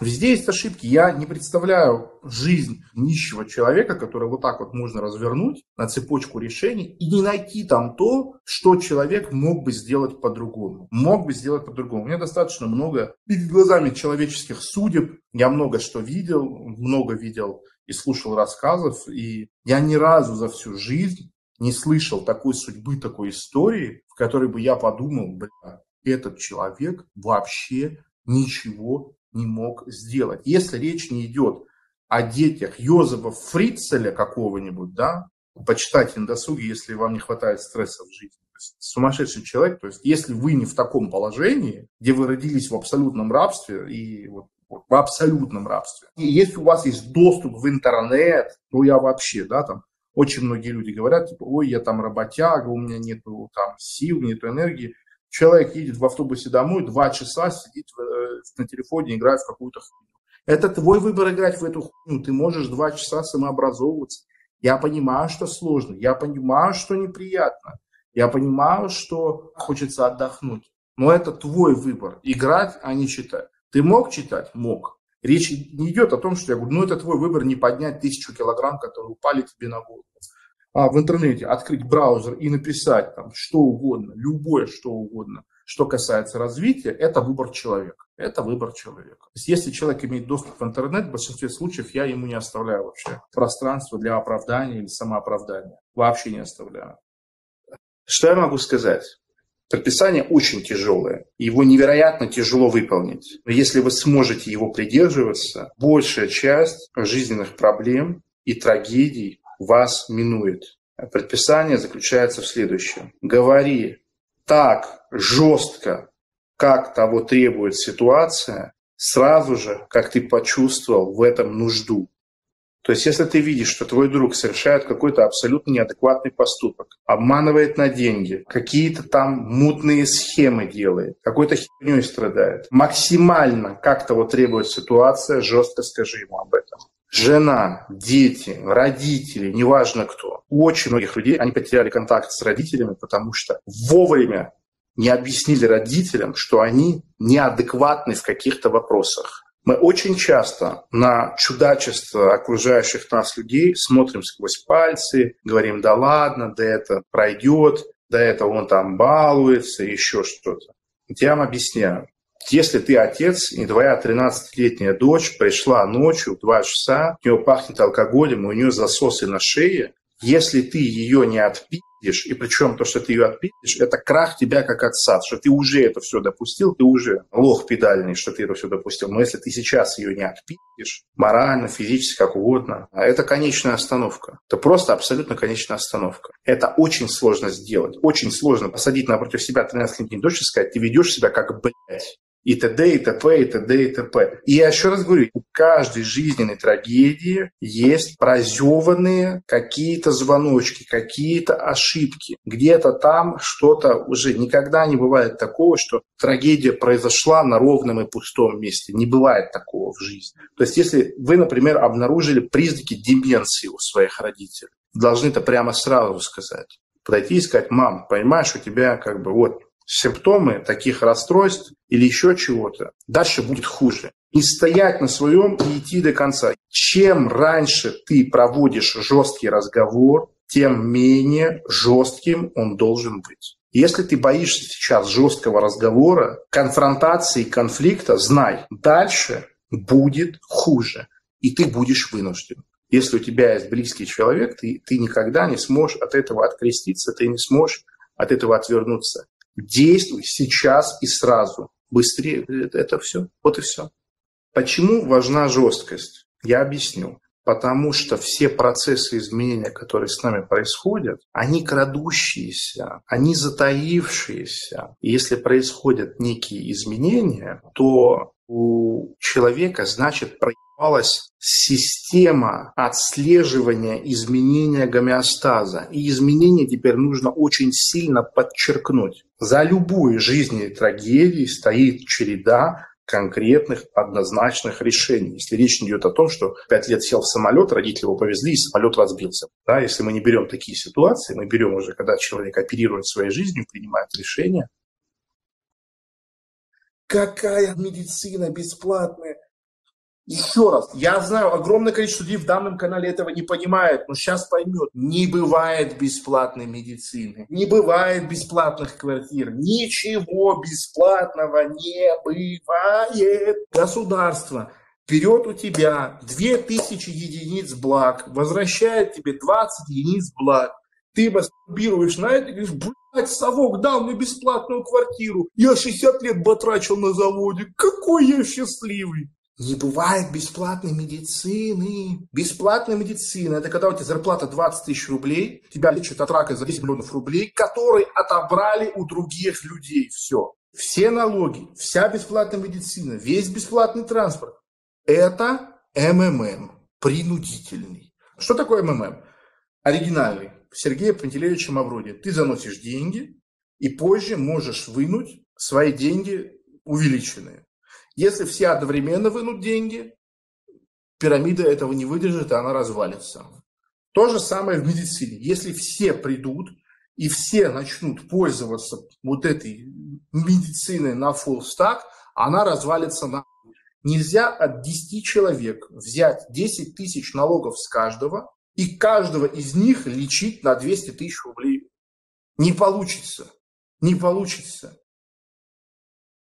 Везде есть ошибки. Я не представляю жизнь нищего человека, который вот так вот можно развернуть на цепочку решений и не найти там то, что человек мог бы сделать по-другому. Мог бы сделать по-другому. У меня достаточно много перед глазами человеческих судеб. Я много что видел, много видел и слушал рассказов. И я ни разу за всю жизнь не слышал такой судьбы, такой истории, в которой бы я подумал, этот человек вообще ничего не мог сделать. Если речь не идет о детях Йозефа Фрицеля какого-нибудь, да, почитайте на досуге, если вам не хватает стресса в жизни. То есть, сумасшедший человек, то есть если вы не в таком положении, где вы родились в абсолютном рабстве, и вот в абсолютном рабстве, и если у вас есть доступ в интернет, то я вообще, да, там, очень многие люди говорят, типа, ой, я там работяга, у меня нету там сил, нету энергии. Человек едет в автобусе домой, 2 часа сидит на телефоне, играет в какую-то хуйню. Это твой выбор играть в эту хуйню. Ты можешь 2 часа самообразовываться. Я понимаю, что сложно. Я понимаю, что неприятно. Я понимаю, что хочется отдохнуть. Но это твой выбор. Играть, а не читать. Ты мог читать? Мог. Речь не идет о том, что я говорю, это твой выбор не поднять 1000 килограмм, которые упали тебе на голову. А в интернете открыть браузер и написать там что угодно, любое что угодно, что касается развития, это выбор человека. Это выбор человека. То есть, если человек имеет доступ в интернет, в большинстве случаев я ему не оставляю вообще пространство для оправдания или самооправдания. Вообще не оставляю. Что я могу сказать? Предписание очень тяжелое. Его невероятно тяжело выполнить. Но если вы сможете его придерживаться, большая часть жизненных проблем и трагедий вас минует. Предписание заключается в следующем. Говори так жестко, как того требует ситуация, сразу же, как ты почувствовал в этом нужду. То есть, если ты видишь, что твой друг совершает какой-то абсолютно неадекватный поступок, обманывает на деньги, какие-то там мутные схемы делает, какой-то херней страдает, максимально, как того требует ситуация, жестко скажи ему об этом. Жена, дети, родители, неважно кто. У очень многих людей они потеряли контакт с родителями, потому что вовремя не объяснили родителям, что они неадекватны в каких-то вопросах. Мы очень часто на чудачество окружающих нас людей смотрим сквозь пальцы, говорим, да ладно, да это пройдет, да это он там балуется, еще что-то. Я вам объясняю. Если ты отец, и твоя 13-летняя дочь пришла ночью в 2 часа, у нее пахнет алкоголем, у нее засосы на шее, если ты ее не отпиздишь, и причем то, что ты ее отпиздишь, это крах тебя как отца, что ты уже это все допустил, ты уже лох педальный, что ты это все допустил. Но если ты сейчас ее не отпиздишь, морально, физически, как угодно, это конечная остановка. Это просто абсолютно конечная остановка. Это очень сложно сделать. Очень сложно посадить напротив себя 13-летней дочь и сказать, ты ведешь себя как блядь. И т.д., и т.п., и т.д., и т.п. И я еще раз говорю, у каждой жизненной трагедии есть прозеванные какие-то звоночки, какие-то ошибки. Где-то там что-то уже никогда не бывает такого, что трагедия произошла на ровном и пустом месте. Не бывает такого в жизни. То есть, если вы, например, обнаружили признаки деменции у своих родителей, должны это прямо сразу сказать. Подойти и сказать, мам, понимаешь, у тебя как бы вот симптомы таких расстройств или еще чего-то, дальше будет хуже. И стоять на своем и идти до конца. Чем раньше ты проводишь жесткий разговор, тем менее жестким он должен быть. Если ты боишься сейчас жесткого разговора, конфронтации, конфликта, знай, дальше будет хуже. И ты будешь вынужден. Если у тебя есть близкий человек, ты никогда не сможешь от этого откреститься, ты не сможешь от этого отвернуться. Действуй сейчас и сразу. Быстрее. Это все. Вот и все. Почему важна жесткость? Я объясню. Потому что все процессы изменения, которые с нами происходят, они крадущиеся, они затаившиеся. И если происходят некие изменения, то у человека, значит, проебалась система отслеживания изменения гомеостаза. И изменения теперь нужно очень сильно подчеркнуть. За любой жизненной трагедией стоит череда конкретных, однозначных решений. Если речь не идет о том, что 5 лет сел в самолет, родители его повезли, и самолет разбился. Да, если мы не берем такие ситуации, мы берем уже, когда человек оперирует своей жизнью, принимает решения. Какая медицина бесплатная? Еще раз, я знаю, огромное количество людей в данном канале этого не понимает, но сейчас поймет. Не бывает бесплатной медицины, не бывает бесплатных квартир, ничего бесплатного не бывает. Государство берет у тебя 2000 единиц благ, возвращает тебе 20 единиц благ. Ты мастурбируешь на это и говоришь: блядь, совок дал мне бесплатную квартиру, я 60 лет батрачил на заводе, какой я счастливый. Не бывает бесплатной медицины. Бесплатная медицина – это когда у тебя зарплата 20 тысяч рублей, тебя лечат от рака за 10 миллионов рублей, которые отобрали у других людей. Все. Все налоги, вся бесплатная медицина, весь бесплатный транспорт – это МММ, принудительный. Что такое МММ? Оригинальный. Сергея Пантелеевича Мавроди. Ты заносишь деньги и позже можешь вынуть свои деньги увеличенные. Если все одновременно вынут деньги, пирамида этого не выдержит, и она развалится. То же самое в медицине. Если все придут и все начнут пользоваться вот этой медициной на full stack, она развалится на... Нельзя от 10 человек взять 10 тысяч налогов с каждого и каждого из них лечить на 200 тысяч рублей. Не получится. Не получится.